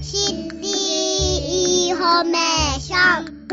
シティインフォメーション。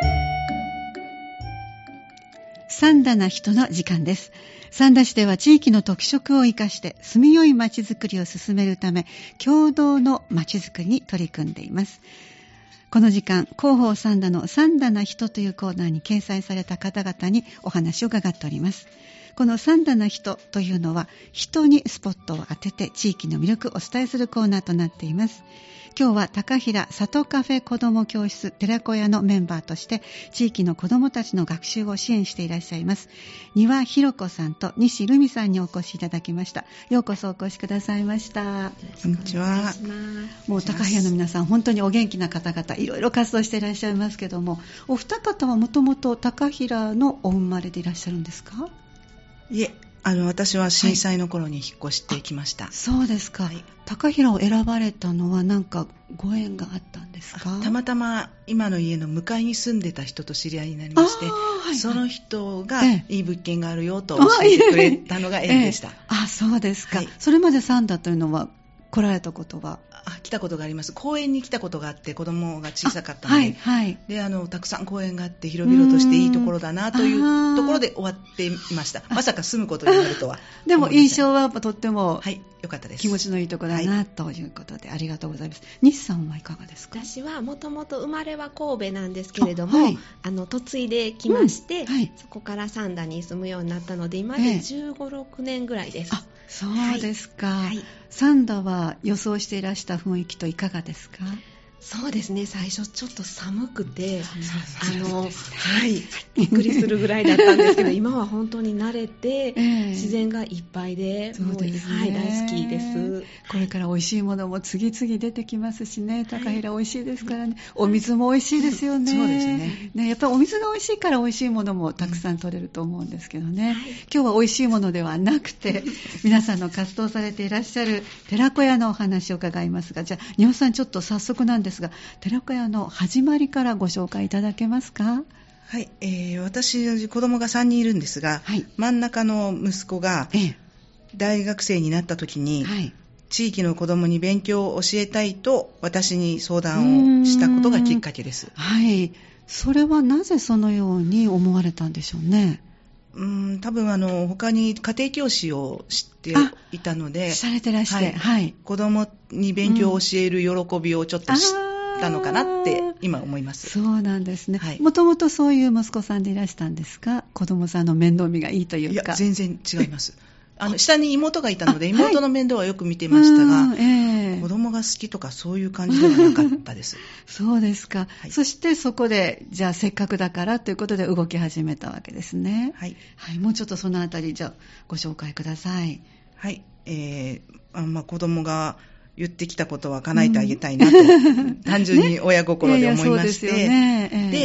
三田な人の時間です。三田市では地域の特色を生かして住みよい街づくりを進めるため、共同の街づくりに取り組んでいます。この時間、広報三田の三田な人というコーナーに掲載された方々にお話を伺っております。この三田な人というのは、人にスポットを当てて地域の魅力をお伝えするコーナーとなっています。今日は高平里カフェ子ども教室寺子屋のメンバーとして地域の子どもたちの学習を支援していらっしゃいます丹羽弘子さんと西留美さんにお越しいただきました。ようこそお越しくださいました。 こんにちは。 もう高平の皆さん本当にお元気な方々いろいろ活動していらっしゃいますけども、お二方はもともと高平のお生まれでいらっしゃるんですか？ いえ、私は震災の頃に引っ越してきました。 そうですか、はい、高平を選ばれたのは何かご縁があったんですか？ たまたま今の家の向かいに住んでた人と知り合いになりまして、はいはい、その人がいい物件があるよと教えてくれたのが縁でした。 そうですか、 はい、 それまで三田というのは来られたことは？ 来たことがあります。公園に来たことがあって、子供が小さかったので、はいはい、でたくさん公園があって広々としていいところだなというところで終わっていました。まさか住むことになるとは。 でも印象はとっても良かったです。 気持ちのいいところだな、ということでありがとうございます。西さんはいかがですか？ 私はもともと生まれは神戸なんですけれども、嫁いできまして、そこから三田に住むようになったので今で15、6年ぐらいです。 そうですか、三田は予想していらした雰囲気といかがですか？ そうですね、最初ちょっと寒くてびっくりするぐらいだったんですけど今は本当に慣れて、自然がいっぱいで、 そうですね、 大好きです。 これから美味しいものも次々出てきますしね、高平美味しいですからね、お水も美味しいですよね。 そうですね。 やっぱりお水が美味しいから美味しいものもたくさん取れると思うんですけどね、今日は美味しいものではなくて皆さんの活動されていらっしゃる寺子屋のお話を伺いますが、じゃあ丹羽さんちょっと早速なんですが寺子屋の始まりからご紹介いただけますか？ はい、私子供が3人いるんですが、真ん中の息子が大学生になった時に、地域の子供に勉強を教えたいと私に相談をしたことがきっかけです。 それはなぜそのように思われたんでしょうね。 多分他に家庭教師をしていたのでされてらして、 子供に勉強を教える喜びをちょっと知ったのかなって今思います。 そうなんですね。もともとそういう息子さんでいらしたんですか？子供さんの面倒見がいいというか。 いや全然違います。下に妹がいたので妹の面倒はよく見てましたが、子供が好きとかそういう感じではなかったです。 そうですか、そしてそこでじゃあせっかくだからということで動き始めたわけですね。もうちょっとそのあたりじゃあご紹介ください。 子供が言ってきたことは叶えてあげたいなと、単純に親心で思いまして、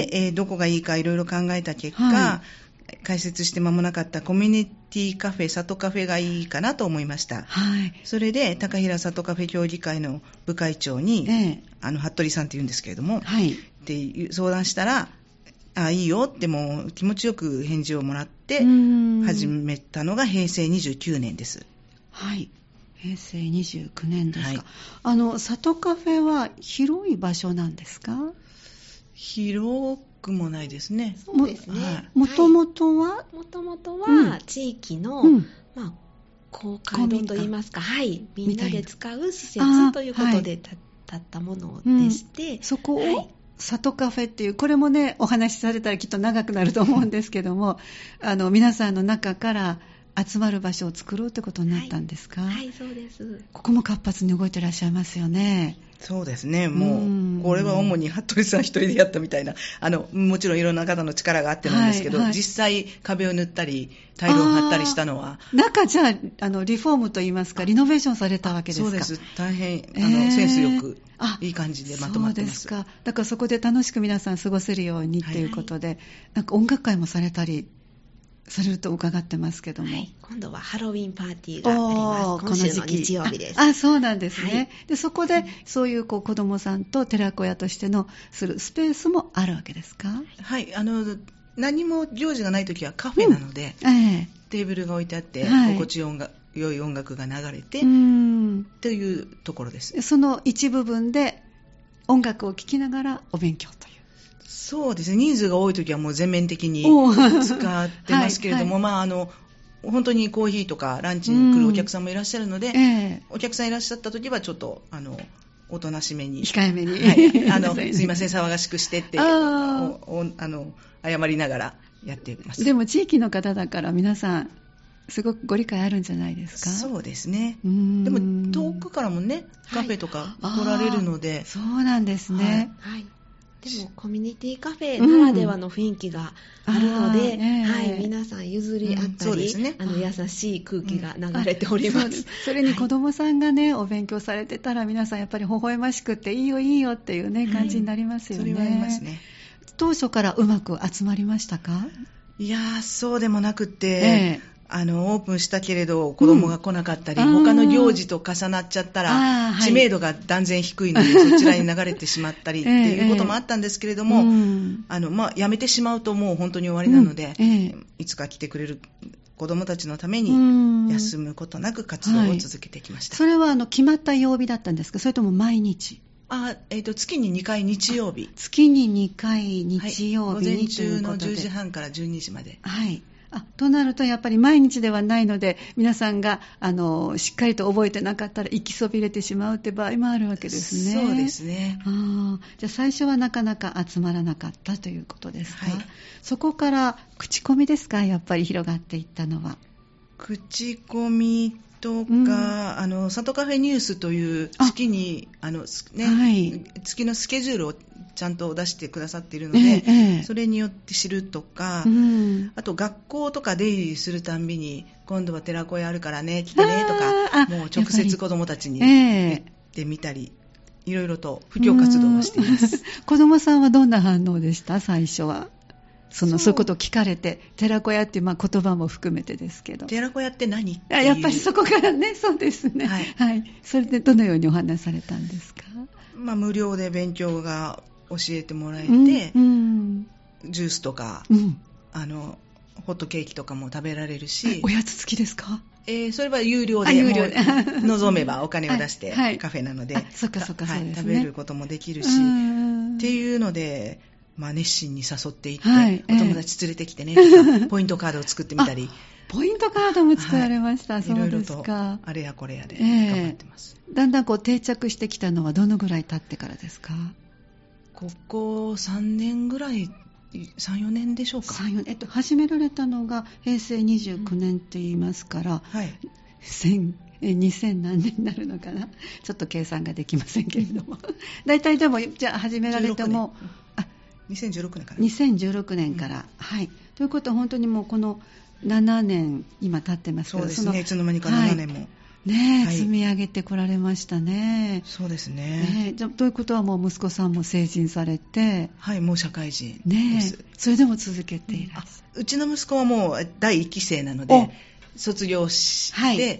で、どこがいいかいろいろ考えた結果、開設して間もなかったコミュニティカフェ里カフェがいいかなと思いました。それで高平里カフェ協議会の部会長に、服部さんって言うんですけれども、で相談したらいいよってもう気持ちよく返事をもらって始めたのが平成29年です。 平成29年ですか。里カフェは広い場所なんですか？ 広くもないですね。 そうですね。 もともとは地域の、公会堂といいますか、みんなで使う施設ということで建ったものでして、 そこを里カフェっていう、これもねお話しされたらきっと長くなると思うんですけども皆さんの中から集まる場所を作ろうということになったんですか？ そうです。 ここも活発に動いていらっしゃいますよね。 そうですね。もうこれは主に服部さん一人でやったみたいな、もちろんいろんな方の力があってなんですけど、実際壁を塗ったりタイルを貼ったりしたのは中じゃあリフォームといいますかリノベーションされたわけですか？ そうです。大変センスよくいい感じでまとまってます。 そうですか。だからそこで楽しく皆さん過ごせるようにということで、なんか音楽会もされたりされると伺ってますけども、 今度はハロウィンパーティーがあります。今週の日曜日です。 そうなんですね。でそこでそういう子供さんと寺子屋としてのするスペースもあるわけですか？ 何も行事がないときはカフェなので、テーブルが置いてあって、心地良い音楽が流れてというところです。 その一部分で音楽を聴きながらお勉強という。 そうですね。人数が多いときはもう全面的に使ってますけれども、はいはい、本当にコーヒーとかランチに来るお客さんもいらっしゃるので、お客さんいらっしゃったときはちょっとおとなしめに、 控えめに、 はい、すいません、騒がしくしてって謝りながらやっています。 でも地域の方だから皆さんすごくご理解あるんじゃないですか。 そうですね。でも遠くからもね、カフェとか来られるので、 そうなんですね。 はい。でもコミュニティカフェならではの雰囲気があるので、はい、皆さん譲り合ったり、ね、優しい空気が流れております。 それに子供さんがね、お勉強されてたら皆さんやっぱり微笑ましくっていいよいいよっていうね感じになりますよね。 それはありますね。 当初からうまく集まりましたか？ いやー、そうでもなくて、オープンしたけれど子供が来なかったり、他の行事と重なっちゃったら知名度が断然低いので、そちらに流れてしまったりっていうこともあったんですけれども、やめてしまうともう本当に終わりなので、いつか来てくれる子供たちのために休むことなく活動を続けてきました。 それは決まった曜日だったんですか？それとも毎日？ 月に2回日曜日。 月に2回日曜日に、 午前中の10時半から12時まで。 はい。となるとやっぱり毎日ではないので、皆さんがしっかりと覚えてなかったら行きそびれてしまうって場合もあるわけですね。 そうですね。 じゃあ最初はなかなか集まらなかったということですか？ はい。 そこから口コミですか？やっぱり広がっていったのは。 口コミとか、里カフェニュースという月に月のスケジュールをちゃんと出してくださっているので、それによって知るとか、あと学校とか出入りするたんびに今度は寺子屋あるからね来てねとか、もう直接子どもたちに言ってみたり、いろいろと布教活動をしています。 子どもさんはどんな反応でした？最初はそういうことを聞かれて、寺子屋っていう言葉も含めてですけど、 寺子屋って何っていう、 やっぱりそこからね。そうですね。はい、はい。それでどのようにお話しされたんですか？ 無料で勉強が教えてもらえて、ジュースとか、ホットケーキとかも食べられるし。 おやつ付きですか？ それは有料で、望めばお金を出してカフェなので、 そっかそっか、そうですね。 食べることもできるしっていうので、熱心に誘っていって、お友達連れてきてねとか、ポイントカードを作ってみたり。 ポイントカードも作られました。そうですか。いろいろとあれやこれやで頑張ってます。 だんだん定着してきたのはどのぐらい経ってからですか？ ここ3年ぐらい、3、4年でしょうか。 3、4年。始められたのが平成29年って言いますから、2000何年になるのかな。ちょっと計算ができませんけれども。大体でも、じゃあ始められても、 2016年から。 2016年から。はい。ということは本当にもうこの7年今経ってますけど、 そうですね。いつの間にか7年も。 積み上げてこられましたね。 そうですね。 じゃあということはもう息子さんも成人されて。 はい、もう社会人です。 それでも続けていらっしゃる。 うちの息子はもう第1期生なので、卒業して、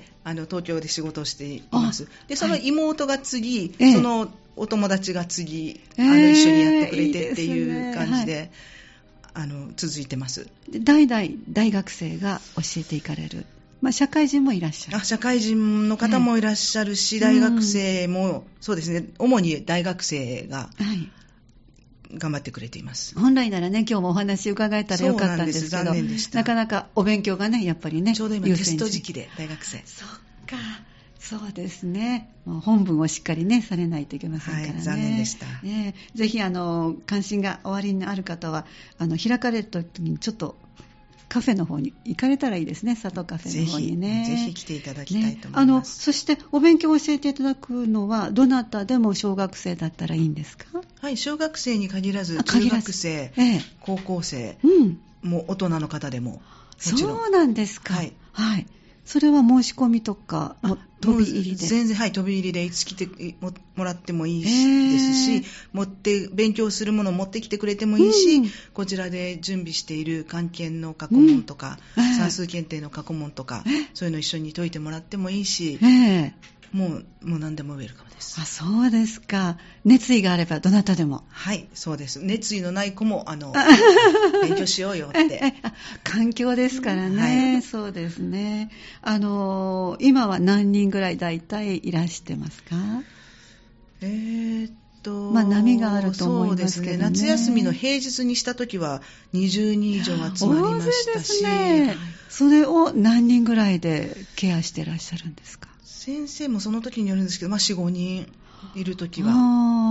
東京で仕事をしています。で、その妹が次、そのお友達が次、一緒にやってくれてっていう感じで、続いてます。 代々大学生が教えていかれる。社会人もいらっしゃる。 社会人の方もいらっしゃるし、大学生も、そうですね、主に大学生が頑張ってくれています。 本来ならね、今日もお話伺えたらよかったんですけど、 残念でした。 なかなかお勉強がね、やっぱりね、 ちょうど今テスト時期で大学生。 そっか。そうですね。本文をしっかりねされないといけませんからね。 残念でした。 ぜひ関心がおありにある方は開かれた時にちょっとカフェの方に行かれたらいいですね。里カフェの方にね。 ぜひ来ていただきたいと思います。 そしてお勉強を教えていただくのはどなたでも小学生だったらいいんですか？ はい、小学生に限らず中学生、高校生、もう大人の方でももちろん。 そうなんですか。はい。それは申し込みとか飛び入りで。 全然飛び入りでいつ来てもらってもいいですし、勉強するものを持ってきてくれてもいいし、こちらで準備している漢検の過去問とか、算数検定の過去問とか、そういうの一緒に解いてもらってもいいし、もう何でもウェルカムです。 そうですか。熱意があればどなたでも。 はい、そうです。熱意のない子も勉強しようよって環境ですからね。そうですね。今は何人ぐらい大体いらしてますか？ 波があると思いますけどね。 そうですね。夏休みの平日にしたときは20人以上集まりましたし、 ね、それを何人ぐらいでケアしてらっしゃるんですか？ 先生もその時によるんですけど、4、5人いる時は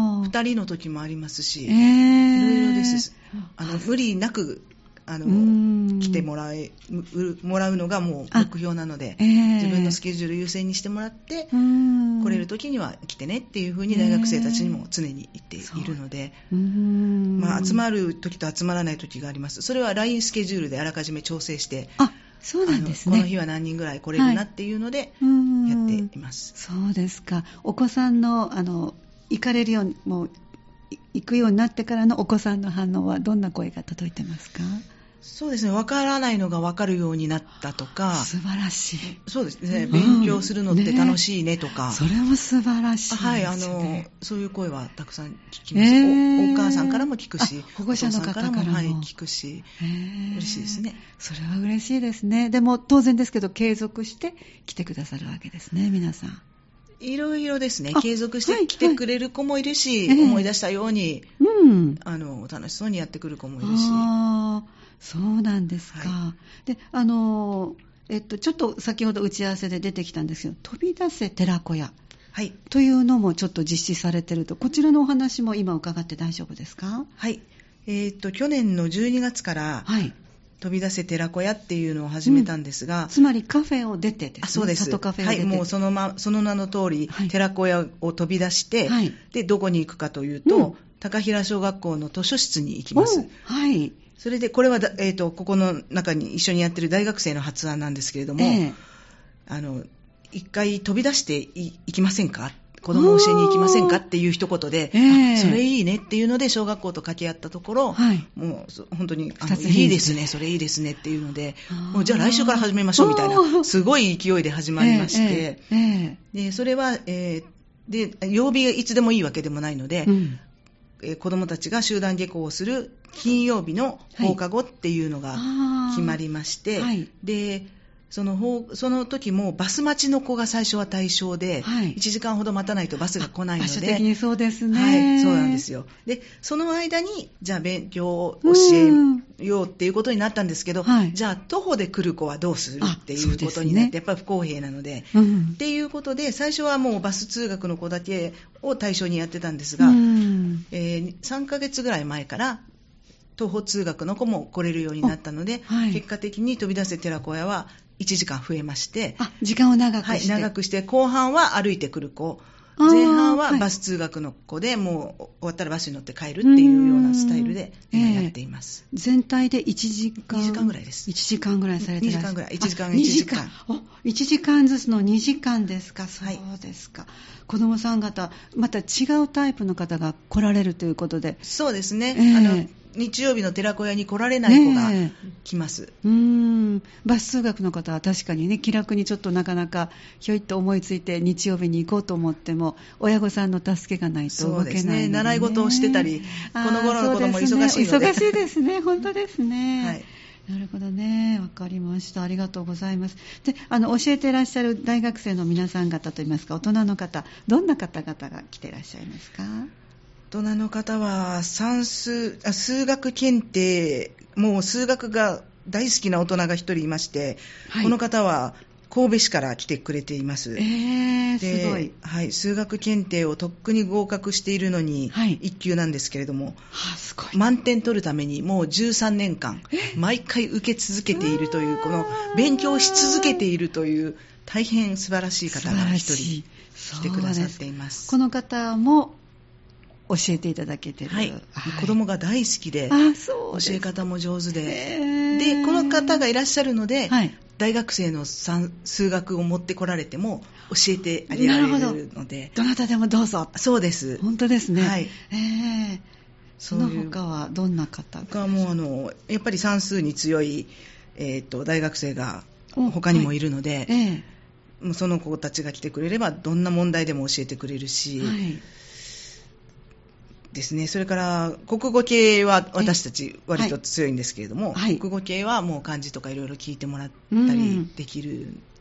2人の時もありますし、いろいろです。無理なく来てもらうのがもう目標なので、自分のスケジュール優先にしてもらって、来れる時には来てねっていうふうに大学生たちにも常に言っているので、集まる時と集まらない時があります。それは LINE スケジュールであらかじめ調整して、 そうなんですね。 この日は何人ぐらい来れるなっていうのでやっています。 そうですか。お子さんの行かれるようにもう行くようになってからのお子さんの反応はどんな声が届いてますか？ そうですね。分からないのが分かるようになったとか。 素晴らしい。 そうですね。勉強するのって楽しいねとか。 それも素晴らしいですね。 はい、そういう声はたくさん聞きます。お母さんからも聞くし、 保護者の方からも、 聞くし、嬉しいですね。 それは嬉しいですね。でも当然ですけど継続して来てくださるわけですね、皆さん。 いろいろですね。継続して来てくれる子もいるし、思い出したように、楽しそうにやってくる子もいるし。 そうなんですか。で、ちょっと先ほど打ち合わせで出てきたんですけど、飛び出せ寺子屋というのもちょっと実施されていると、こちらのお話も今伺って大丈夫ですか？ はい。去年の12月から、飛び出せ寺子屋っていうのを始めたんですが、 つまりカフェを出てですね。 そうです。 里カフェを出て。 もうその名の通り、寺子屋を飛び出して、でどこに行くかというと、高平小学校の図書室に行きます。それでこれはここの中に一緒にやってる大学生の発案なんですけれども、一回飛び出していきませんか、子供を教えに行きませんかっていう一言で、それいいねっていうので小学校と掛け合ったところ、もう本当にいいですね、それいいですねっていうので、もうじゃあ来週から始めましょうみたいな、すごい勢いで始まりまして、でそれは、で曜日がいつでもいいわけでもないので、子どもたちが集団下校をする金曜日の放課後っていうのが決まりまして、でその時もバス待ちの子が最初は対象で、1時間ほど待たないとバスが来ないので、 場所的にそうですね。 そうなんですよ。でその間にじゃあ勉強を教えようっていうことになったんですけど、じゃあ徒歩で来る子はどうするっていうことになって、やっぱり不公平なので、っていうことで最初はもうバス通学の子だけを対象にやってたんですが、3ヶ月ぐらい前から徒歩通学の子も来れるようになったので、結果的に飛び出せ寺子屋は1時間増えまして、 時間を長くして、 長くして後半は歩いてくる子、前半はバス通学の子で、もう終わったらバスに乗って帰るっていうようなスタイルで今やっています。 全体で1時間 2時間ぐらいです。 1時間ぐらいされてらっしゃる。 2時間ぐらい、1時間1時間。 1時間ずつの2時間ですか。そうですか。子どもさん方また違うタイプの方が来られるということで。 そうですね。日曜日の寺子屋に来られない子が来ます。 バス通学の方は確かにね、気楽にちょっとなかなかひょいっと思いついて日曜日に行こうと思っても親御さんの助けがないと動けないので、ね。そうですね。習い事をしてたり、この頃の子供忙しいので。 忙しいですね。本当ですね。なるほどね。わかりました。ありがとうございます。で、教えていらっしゃる大学生の皆さん方といいますか、大人の方、どんな方々が来ていらっしゃいますか？ 大人の方は数学検定、もう数学が大好きな大人が一人いまして、この方は神戸市から来てくれています。 すごい。 数学検定をとっくに合格しているのに、1級なんですけれども、 すごい。 満点取るためにもう13年間毎回受け続けているという、この勉強し続けているという大変素晴らしい方が一人来てくださっています。 この方も教えていただけてる。 子供が大好きで、教え方も上手で、でこの方がいらっしゃるので、大学生の数学を持ってこられても教えてあげられるので、 どなたでもどうぞ。 そうです。 本当ですね。その他はどんな方が？ もうやっぱり算数に強い、大学生が他にもいるので、もうその子たちが来てくれればどんな問題でも教えてくれるし。ですね、それから国語系は私たち割と強いんですけれども、国語系はもう漢字とかいろいろ聞いてもらったりできる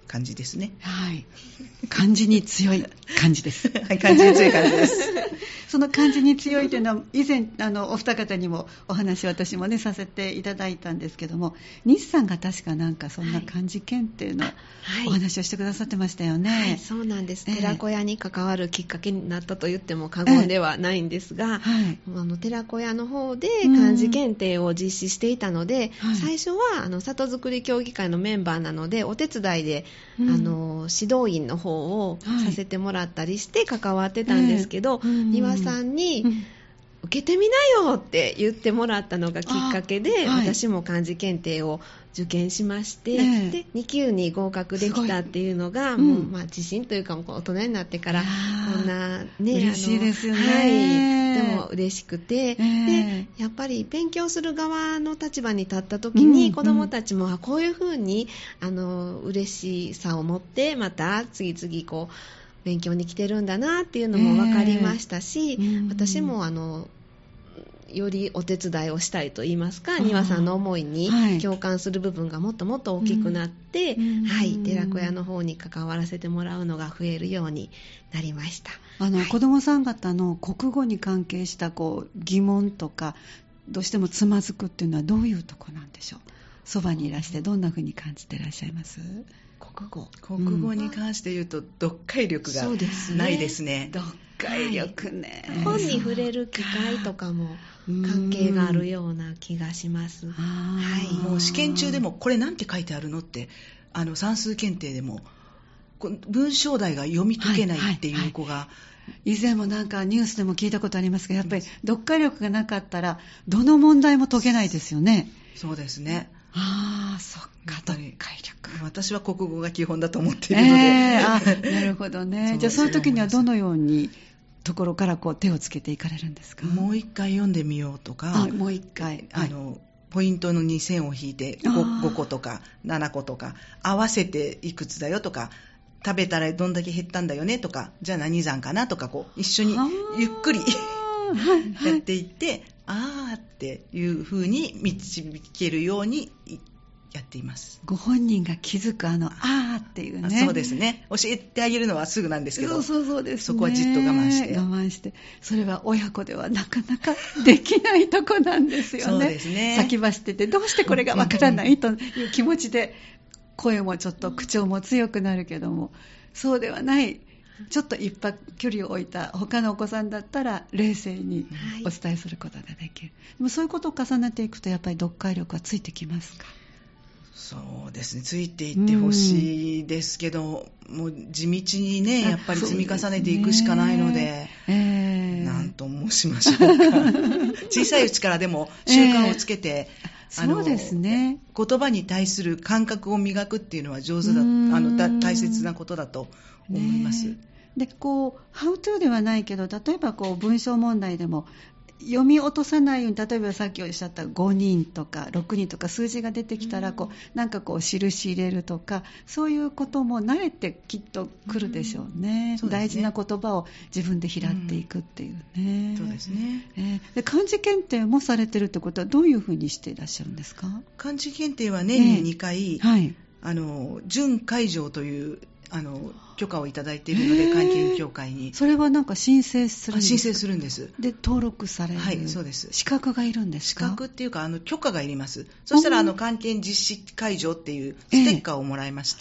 感じですね。 はい。漢字に強い感じです。 はい、漢字に強い感じです。 その漢字に強いというのは以前お二方にもお話私もねさせていただいたんですけども、西さんが確かなんかそんな漢字検定のお話をしてくださってましたよね。 はい、そうなんです。寺子屋に関わるきっかけになったと言っても過言ではないんですが、寺子屋の方で漢字検定を実施していたので、最初は里づくり協議会のメンバーなのでお手伝いで、指導員の方をさせてもらったりして関わってたんですけど、庭さんに、受けてみなよって言ってもらったのがきっかけで、私も漢字検定を受験しまして、で2級に合格できたっていうのが、もう自信というか大人になってからこんなね、 嬉しいですよね。 はい、でも嬉しくて、でやっぱり勉強する側の立場に立った時に、子どもたちもこういうふうに嬉しさを持ってまた次々こう勉強に来てるんだなっていうのも分かりましたし、私もよりお手伝いをしたいと言いますか、庭さんの思いに共感する部分がもっともっと大きくなって、寺子屋の方に関わらせてもらうのが増えるようになりました。 子どもさん方の国語に関係した疑問とかどうしてもつまずくっていうのはどういうとこなんでしょう。そばにいらしてどんな風に感じていらっしゃいます？ 国語に関して言うと読解力がないですね。 読解力ね、 本に触れる機会とかも関係があるような気がします。 もう試験中でもこれなんて書いてあるのって算数検定でも文章題が読み解けないっていう子が、 以前もなんかニュースでも聞いたことありますが、やっぱり読解力がなかったらどの問題も解けないですよね。 そうですね。 そっか、読解力。 私は国語が基本だと思っているので、 なるほどね。じゃあそういう時にはどのようにところから手をつけていかれるんですか？ もう一回読んでみようとか、 もう一回、 ポイントの2線を引いて 5個とか7個とか合わせていくつだよとか、食べたらどんだけ減ったんだよねとか、じゃあ何算かなとか一緒にゆっくりやっていって、あーっていう風に導けるようにやっています。 ご本人が気づくあーっていうね。 そうですね。教えてあげるのはすぐなんですけど、 そうですね。 そこはじっと我慢して。 それは親子ではなかなかできないとこなんですよね。 そうですね。 先走っててどうしてこれがわからないという気持ちで、声もちょっと口調も強くなるけども、そうではない。ちょっと一泊距離を置いた他のお子さんだったら冷静にお伝えすることができる。でもそういうことを重ねていくとやっぱり読解力はついてきますか？ そうですね、ついていってほしいですけど、もう地道にねやっぱり積み重ねていくしかないので、なんと申しましょうか小さいうちからでも習慣をつけて、 そうですね、 言葉に対する感覚を磨くっていうのは上手だ、大切なことだと思います。 でHow to ではないけど、例えば文章問題でも読み落とさないように、例えばさっきおっしゃった5人とか6人とか数字が出てきたらなんか印入れるとか、そういうことも慣れてきっと来るでしょうね。大事な言葉を自分で拾っていくっていうね。 そうですね。 で漢字検定もされてるってことはどういうふうにしていらっしゃるんですか？ 漢字検定は年に2回、準会場という許可をいただいているので、漢検協会に。 それはなんか申請するんですか？ 申請するんです。 で登録される。 はい、そうです。 資格がいるんですか？ 資格っていうか許可がいります。そしたら漢検実施会場っていうステッカーをもらいまして、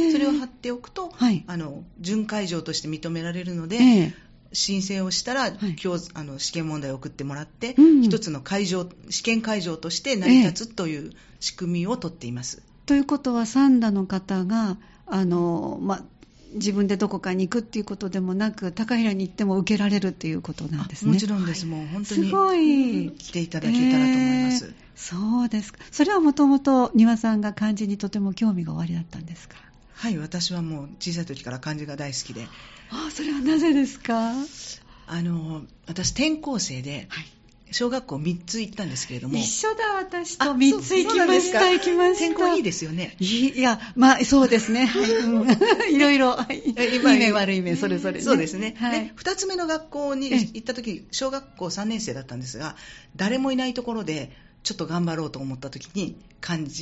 それを貼っておくと、準会場として認められるので、申請をしたら、試験問題を送ってもらって、一つの試験会場として成り立つという仕組みを取っています。 ということは三田の方が自分でどこかに行くっていうことでもなく、高平に行っても受けられるっていうことなんですね。 もちろんです。もう本当にすごい来ていただけたらと思います。 そうですか。それはもともと庭さんが漢字にとても興味がおありだったんですか？ はい、私はもう小さい時から漢字が大好きで。 それはなぜですか？ 私転校生で、小学校3つ行ったんですけれども。 一緒だ、私と3つ行きました。 転校いいですよね。 いや、そうですね。いろいろ、いい面悪い面それぞれ、ね。 そうですね。2つ目の学校に行った時、小学校3年生だったんですが、誰もいないところでちょっと頑張ろうと思った時に漢字を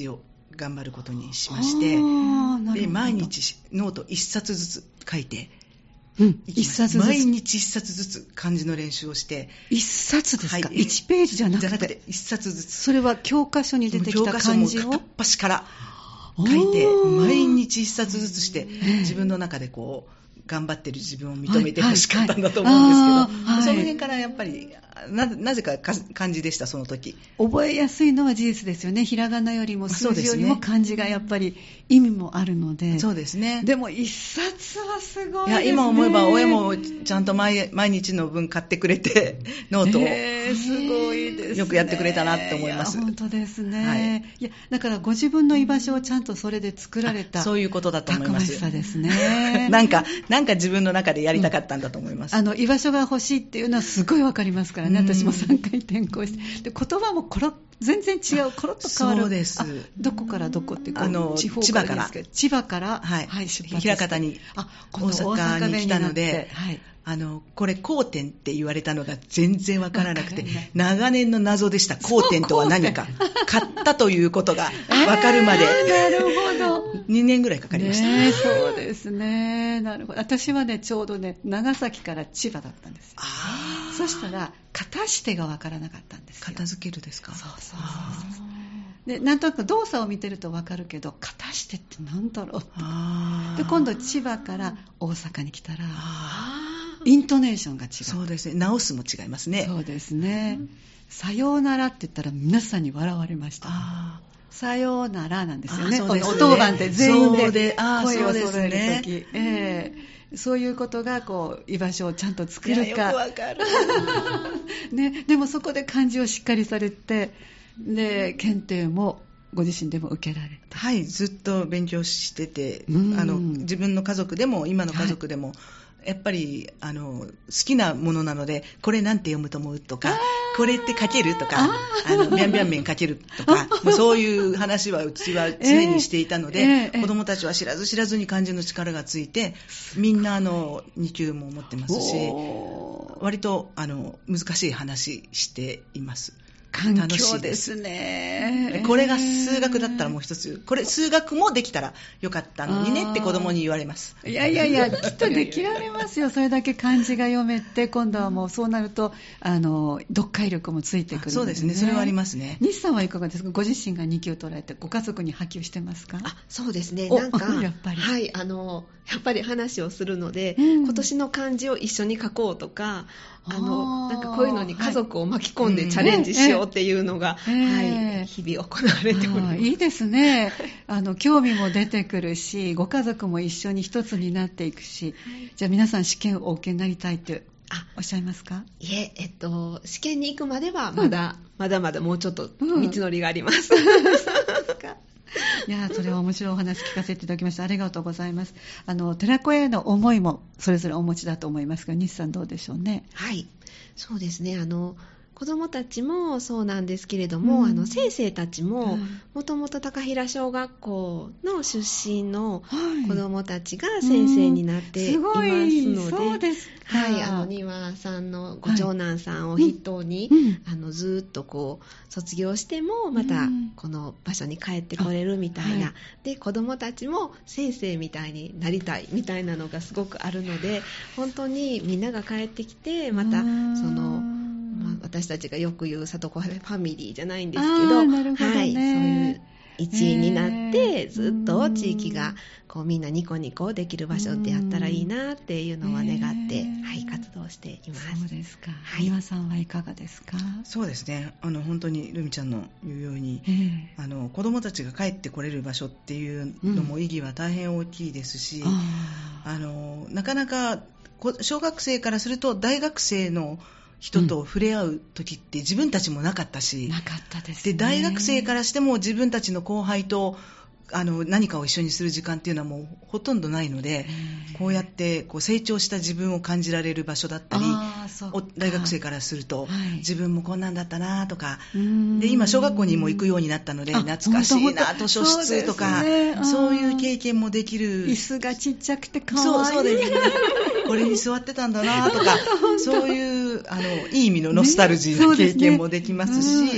頑張ることにしまして、で毎日ノート1冊ずつ書いて、 一冊ずつ毎日1冊ずつ漢字の練習をして。 1冊ですか、1ページじゃなくて 1冊ずつ。 それは教科書に出てきた漢字を片っ端から書いて、毎日1冊ずつして、自分の中でこう頑張ってる自分を認めてほしかったんだと思うんですけど、その辺からやっぱりなぜか漢字でした、その時。 覚えやすいのは事実ですよね。ひらがなよりも数字よりも漢字がやっぱり意味もあるので。 そうですね。 でも一冊はすごいですね。 いや、今思えば親もちゃんと毎日の分買ってくれて、ノートを、 すごいですね。 よくやってくれたなって思います。 本当ですね。いや、だからご自分の居場所をちゃんとそれで作られた。 そういうことだと思います。 たくましさですね。 なんか自分の中でやりたかったんだと思います。 居場所が欲しいっていうのはすごいわかりますからね。私も3回転校して。で、言葉も全然違う、コロッと変わる。 そうです。 どこからどこって地方からですけど。 千葉から、 はい、出発して。枚方に、大阪に来たので、これ交点って言われたのが全然わからなくて、長年の謎でした。交点とは何か。買ったということがわかるまで。 なるほど。 2年ぐらいかかりました。 そうですね。なるほど。私はね、ちょうどね、長崎から千葉だったんですよ。そしたら、片してがわからなかったんですよ。 片付けるですか？ そう。で、なんとなく動作を見てるとわかるけど、片してってなんだろうって。で、今度千葉から大阪に来たら、イントネーションが違う。 そうですね。直すも違いますね。 そうですね。さようならって言ったら皆さんに笑われました。さようならなんですよね。このお当番って全員で声を揃えるとき。そういうことが居場所をちゃんと作るか。 よくわかる。 ね、でもそこで漢字をしっかりされて、で検定もご自身でも受けられて。 はい、ずっと勉強してて、自分の家族でも今の家族でも、やっぱり好きなものなので、これなんて読むと思うとか、これって書けるとか、ビャンビャン麺書けるとか、もうそういう話はうちは常にしていたので、子供たちは知らずに漢字の力がついて、みんな2級も持ってますし、割と難しい話しています。 環境ですね。 これが数学だったらもう一つ、これ数学もできたらよかったのにねって子供に言われます。 いや、きっとできられますよ。それだけ漢字が読めて、今度はもうそうなると読解力もついてくるので、ね。 そうですね。それはありますね。 西さんはいかがですか？ご自身が2級取られてご家族に波及してますか？ そうですね。なんかやっぱり、 はい、やっぱり話をするので、今年の漢字を一緒に書こうとか、なんかこういうのに家族を巻き込んでチャレンジしようっていうのが、日々行われております。 いいですね。興味も出てくるし、ご家族も一緒に一つになっていくし、じゃあ皆さん試験をお受けになりたいっておっしゃいますか？ いえ、試験に行くまではまだもうちょっと道のりがあります。 いや、それは面白いお話聞かせていただきました。ありがとうございます。寺子屋への思いもそれぞれお持ちだと思いますが、西さんどうでしょうね。 はい、そうですね。子どもたちもそうなんですけれども、先生たちももともと高平小学校の出身の子どもたちが先生になっていますので、 そうですか。 はい、庭さんのご長男さんを筆頭に、ずっと卒業してもまたこの場所に帰ってこれるみたいな、で子どもたちも先生みたいになりたいみたいなのがすごくあるので、本当にみんなが帰ってきて、また私たちがよく言う里子ファミリーじゃないんですけど、 なるほどね。 はい、そういう一員になってずっと地域がみんなニコニコできる場所であったらいいなっていうのは願って、活動しています。 そうですか。庭さんはいかがですか？ そうですね。本当にルミちゃんの言うように、子どもたちが帰ってこれる場所っていうのも意義は大変大きいですし、なかなか小学生からすると大学生の人と触れ合う時って自分たちもなかったし、 なかったですね。 で大学生からしても自分たちの後輩と何かを一緒にする時間っていうのはもうほとんどないので、こうやって成長した自分を感じられる場所だったり、大学生からすると、自分もこんなんだったなとか、で今小学校にも行くようになったので懐かしいな、図書室とかそういう経験もできる。 椅子がちっちゃくて可愛い。 そうですね。これに座ってたんだなとかそういういい意味のノスタルジーな経験もできますし、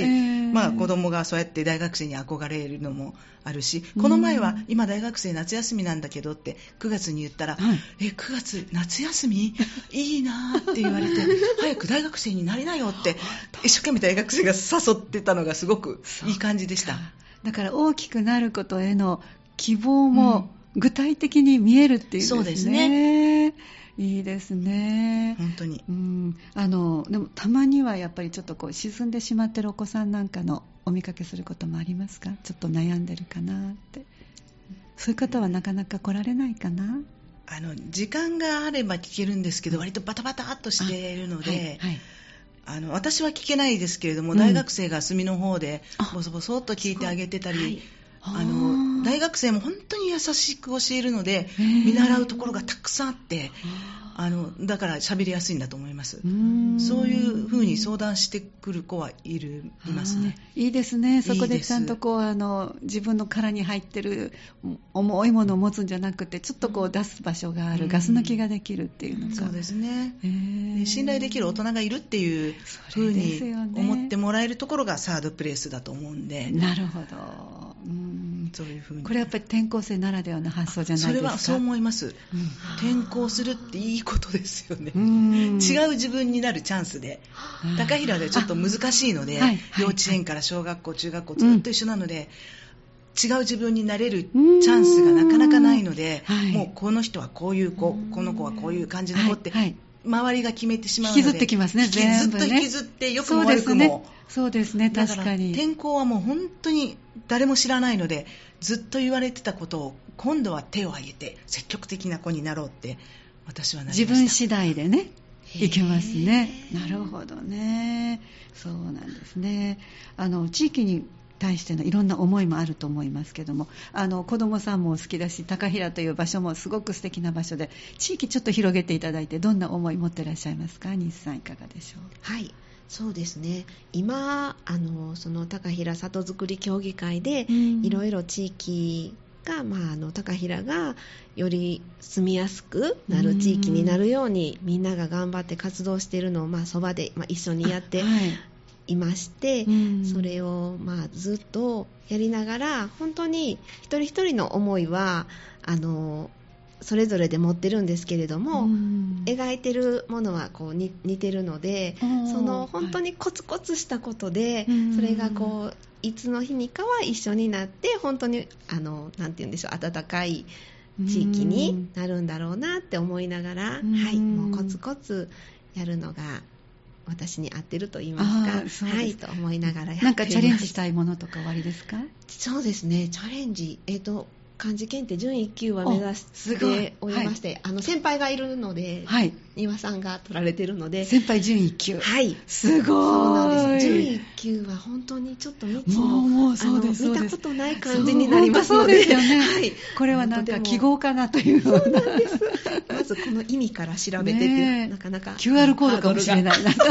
子供がそうやって大学生に憧れるのもあるし、この前は今大学生夏休みなんだけどって9月に言ったら、9月夏休みいいなって言われて早く大学生になりなよって一生懸命大学生が誘ってたのがすごくいい感じでした。 だから大きくなることへの希望も具体的に見えるっていうですね。そうですね。いいですね。 本当に。 でもたまにはやっぱりちょっと沈んでしまってるお子さんなんかのお見かけすることもありますか？ちょっと悩んでるかなって。そういう方はなかなか来られないかな？ 時間があれば聞けるんですけど、割とバタバタっとしているので、私は聞けないですけれども、大学生が隅の方でボソボソっと聞いてあげてたり、大学生も本当に優しく教えるので、見習うところがたくさんあって、だから喋りやすいんだと思います。そういうふうに相談してくる子はいますね。 いいですね。そこでちゃんと自分の殻に入ってる重いものを持つんじゃなくて、ちょっと出す場所がある、ガス抜きができるっていうのが、 そうですね。信頼できる大人がいるっていうふうに思ってもらえるところがサードプレイスだと思うんで。 なるほど。 そういうふうに。 これやっぱり転校生ならではの発想じゃないですか。 それはそう思います。転校するっていいことですよね。違う自分になるチャンスで、高平でちょっと難しいので、幼稚園から小学校中学校ずっと一緒なので、違う自分になれるチャンスがなかなかないので、もうこの人はこういう子、この子はこういう感じの子って、周りが決めてしまうので、 引きずってきますね。 ずっと引きずって良くも悪くも。 そうですね。確かに。 転校はもう本当に誰も知らないので、ずっと言われてたことを今度は手を挙げて積極的な子になろうって私はなりました。 自分次第でね、いけますね。なるほどね。そうなんですね。地域に対してのいろんな思いもあると思いますけども、子どもさんも好きだし、高平という場所もすごく素敵な場所で、地域ちょっと広げていただいて、どんな思い持ってらっしゃいますか？西さんいかがでしょう？ はい、そうですね。今その高平里づくり協議会でいろいろ地域が、高平がより住みやすくなる地域になるように、みんなが頑張って活動しているのをそばで、一緒にやっていまして、それをずっとやりながら、本当に一人一人の思いはそれぞれで持ってるんですけれども、描いてるものは似てるので、その本当にコツコツしたことで、それがいつの日にかは一緒になって、本当になんて言うんでしょう、温かい地域になるんだろうなって思いながら、もうコツコツやるのが私に合ってると言いますか、と思いながらやっています。 なんかチャレンジしたいものとかおありですか？ そうですね、チャレンジ、漢字検定準1級は目指しておりまして、先輩がいるので、庭さんが取られてるので、 先輩準1級、すごい。 そうなんです。準1級は本当にちょっと未知の見たことない感じになりますので、 そうですよね。これはなんか記号かなという。 そうなんです。まずこの意味から調べてってなかなか QR コードかもしれないな。それ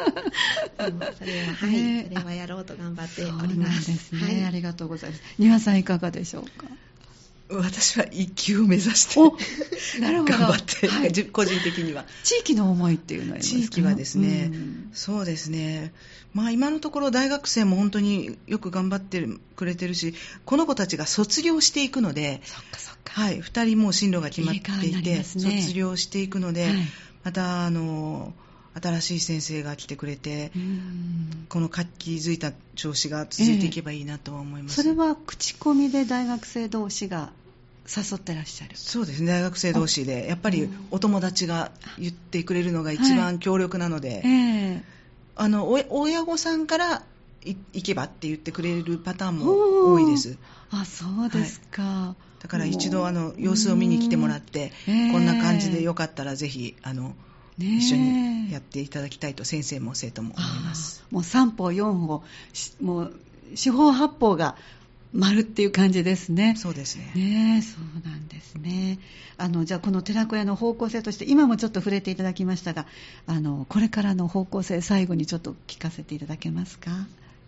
はやろうと頑張っております。 そうですね。ありがとうございます。庭さんいかがでしょうか？ 私は1級を目指して頑張って、個人的には地域の思いっていうのはありますか？ 地域はですね、そうですね、今のところ大学生も本当によく頑張ってくれてるし、この子たちが卒業していくので、2人もう進路が決まっていて、卒業していくので、また新しい先生が来てくれて、この活気づいた調子が続いていけばいいなとは思います。 それは口コミで大学生同士が誘ってらっしゃる？ そうですね、大学生同士でやっぱりお友達が言ってくれるのが一番強力なので、親御さんから行けばって言ってくれるパターンも多いです。 そうですか。 だから一度様子を見に来てもらって、こんな感じでよかったらぜひ一緒にやっていただきたいと先生も生徒も思います。 もう3歩4歩、もう四方八方が丸っていう感じですね。 そうですね。 そうなんですね。じゃあこの寺子屋の方向性として、今もちょっと触れていただきましたが、これからの方向性、最後にちょっと聞かせていただけますか？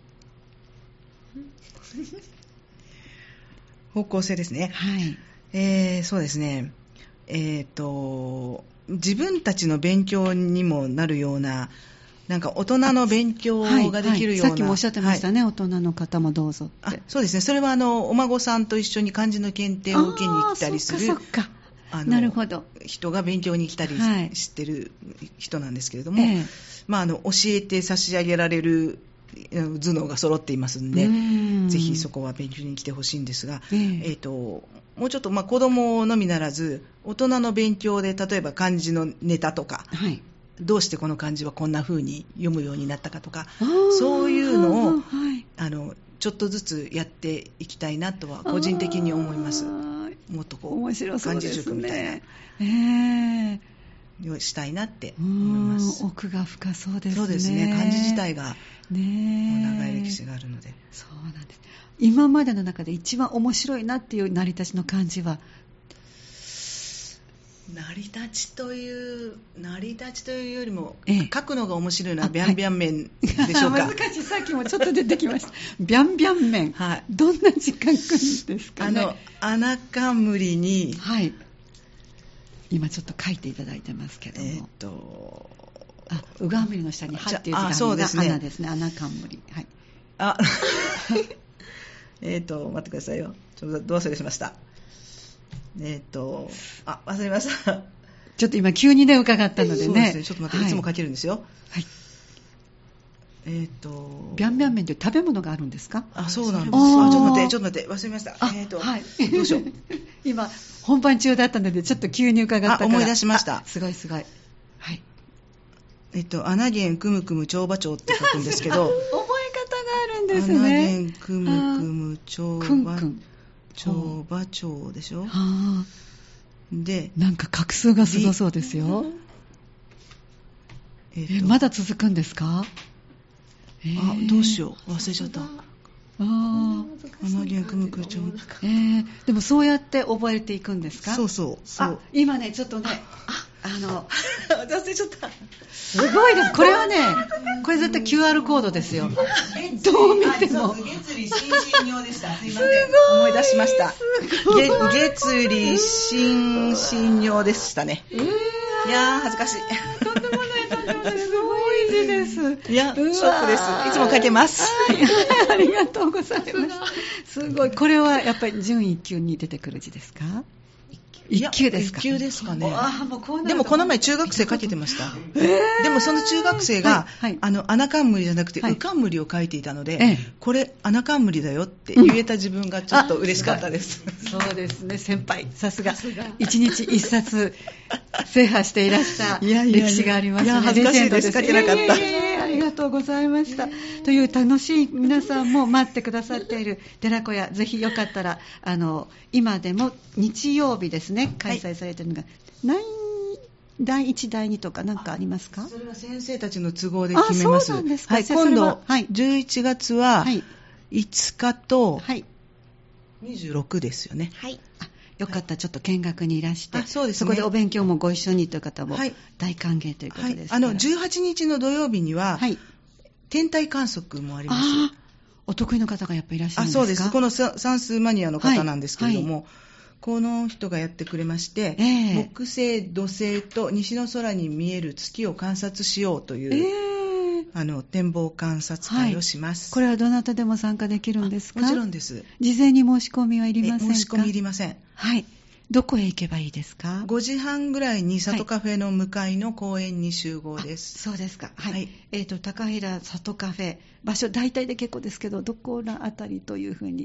方向性ですね。そうですね。自分たちの勉強にもなるようななんか大人の勉強ができるような、 さっきもおっしゃってましたね、大人の方もどうぞって。 そうですね。それはお孫さんと一緒に漢字の検定を受けに来たりする、 そっかなるほど、 人が勉強に来たりしてる人なんですけれども、教えて差し上げられる頭脳が揃っていますので、ぜひそこは勉強に来てほしいんですが、もうちょっと子供のみならず大人の勉強で、例えば漢字のネタとか、どうしてこの漢字はこんな風に読むようになったかとか、そういうのをちょっとずつやっていきたいなとは個人的に思います。もっと面白そうですね、 漢字塾みたいなしたいなって思います。 奥が深そうですね。 そうですね。漢字自体が長い歴史があるので。 そうなんです。今までの中で一番面白いなっていう成り立ちの漢字は、 成り立ちというよりも、書くのが面白いのはビャンビャン麺でしょうか。 難しい。さっきもちょっと出てきました。ビャンビャン麺、どんな字書くんですかね。 穴冠に、 今ちょっと書いていただいてますけども、うがんむりの下にはっていう字があるのが穴ですね。穴冠。 待ってくださいよ。ちょっとど忘れしました。忘れました。 ちょっと今急にね伺ったのでね。 そうですね。ちょっと待って、いつも書けるんですよ。 ビャンビャン麺という食べ物があるんですか？ そうなんです。ちょっと待って、忘れました。どうしよう。 今本番中だったのでちょっと急に伺ったから。 思い出しました。 すごい。 穴源くむくむ帳場帳って書くんですけど。 覚え方があるんですね。 穴源くむくむ帳場帳でしょ。で、 なんか画数がすごそうですよ。まだ続くんですか？ どうしよう、忘れちゃった。穴源くむくむ帳。 でもそうやって覚えていくんですか？ そう。 今ねちょっとね忘れちゃった。 すごいです。これはね、これ絶対 QR コードですよ。どう見ても。 月理心身尿でした。すいません。思い出しました。月理心身尿でしたね。いやー恥ずかしい。 とんでもない。すごい字です。 いや、ショックです。いつも書けます。 ありがとうございます。すごい。これはやっぱり準1級に出てくる字ですか？1級ですか？ 1級ですかね。 もうでもこの前中学生書けてました。でもその中学生が、穴冠じゃなくてう冠を書いていたので、これ穴冠だよって言えた自分がちょっと嬉しかったです。 そうですね、先輩、さすが一日一冊制覇していらした歴史がありますね。 恥ずかしいです。書けなかった。 ありがとうございました。という楽しい皆さんも待ってくださっている寺子屋、ぜひよかったら今でも日曜日ですね、開催されているのが、第1、第2とか何かありますか？ それは先生たちの都合で決めます。 そうなんですか。 今度、11月は5日と26ですよね。 よかったらちょっと見学にいらして、 そうですね、 そこでお勉強もご一緒にという方も大歓迎ということですから、 18日の土曜日には、天体観測もあります。 お得意の方がやっぱりいらっしゃるんですか？ そうです。この算数マニアの方なんですけれども、この人がやってくれまして、木星、土星と西の空に見える月を観察しようという、展望観察会をします。 これはどなたでも参加できるんですか？ もちろんです。 事前に申し込みはいりませんか？ 申し込みいりません。 どこへ行けばいいですか？5 時半ぐらいに里カフェの向かいの公園に集合です。 そうですか。高平里カフェ、場所大体で結構ですけど、どこらあたりというふうに、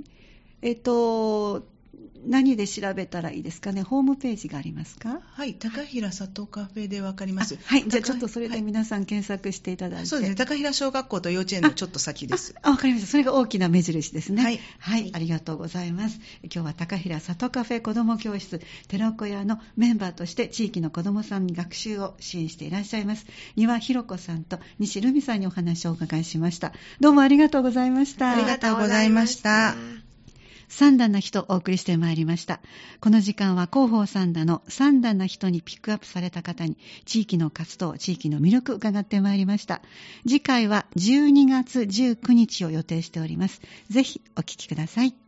何で調べたらいいですかね？ホームページがありますか？ 高平里カフェでわかります。 じゃあちょっとそれで皆さん検索していただいて。 そうですね。高平小学校と幼稚園のちょっと先です。 わかりました。それが大きな目印ですね。ありがとうございます。今日は高平里カフェ子ども教室寺子屋のメンバーとして地域の子どもさんに学習を支援していらっしゃいます丹羽弘子さんと西留美さんにお話をお伺いしました。どうもありがとうございました。 ありがとうございました。 三段な人をお送りしてまいりました。この時間は広報三段の三段な人にピックアップされた方に地域の活動、地域の魅力を伺ってまいりました。次回は12月19日を予定しております。ぜひお聞きください。